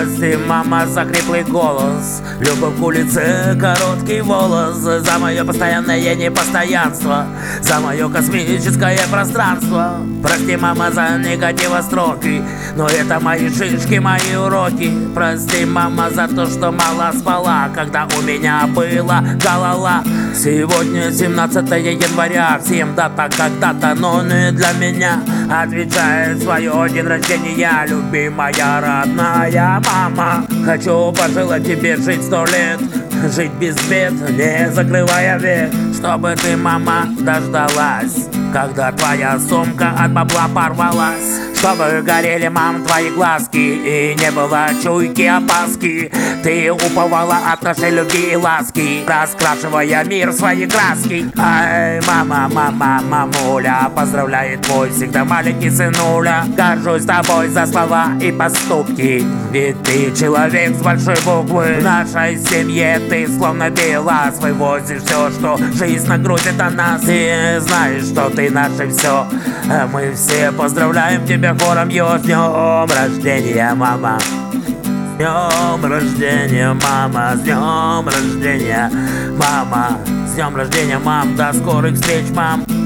Прости, мама, за хриплый голос, любовь к улице, короткий волос. За мое постоянное непостоянство, за мое космическое пространство. Прости, мама, за негативостроки, но это мои шишки, мои уроки. Прости, мама, за то, что мало спала, когда у меня была голова. Сегодня 17 января, всем дата как дата, но не для меня. Отвечает свое день рождения, любимая родная мама. Хочу пожелать тебе жить 100 лет, жить без бед, не закрывая век. Чтобы ты, мама, дождалась, когда твоя сумка от бабла порвалась. Чтобы горели, мам, твои глазки и не было чуйки опаски. Ты уповала от нашей любви и ласки, раскрашивая мир в свои краски. Ай, мама, мама, мамуля, поздравляет твой всегда маленький сынуля. Горжусь тобой за слова и поступки, ведь ты человек с большой буквы. В нашей семье ты словно белаз, вывозишь все, что жизнь нагрузит на нас. Ты знаешь, что ты наше все, а мы все поздравляем тебя хором, с днем рождения, мама. С днем рождения, мама, с днем рождения, мама. С днем рождения, мам, до скорых встреч, мам.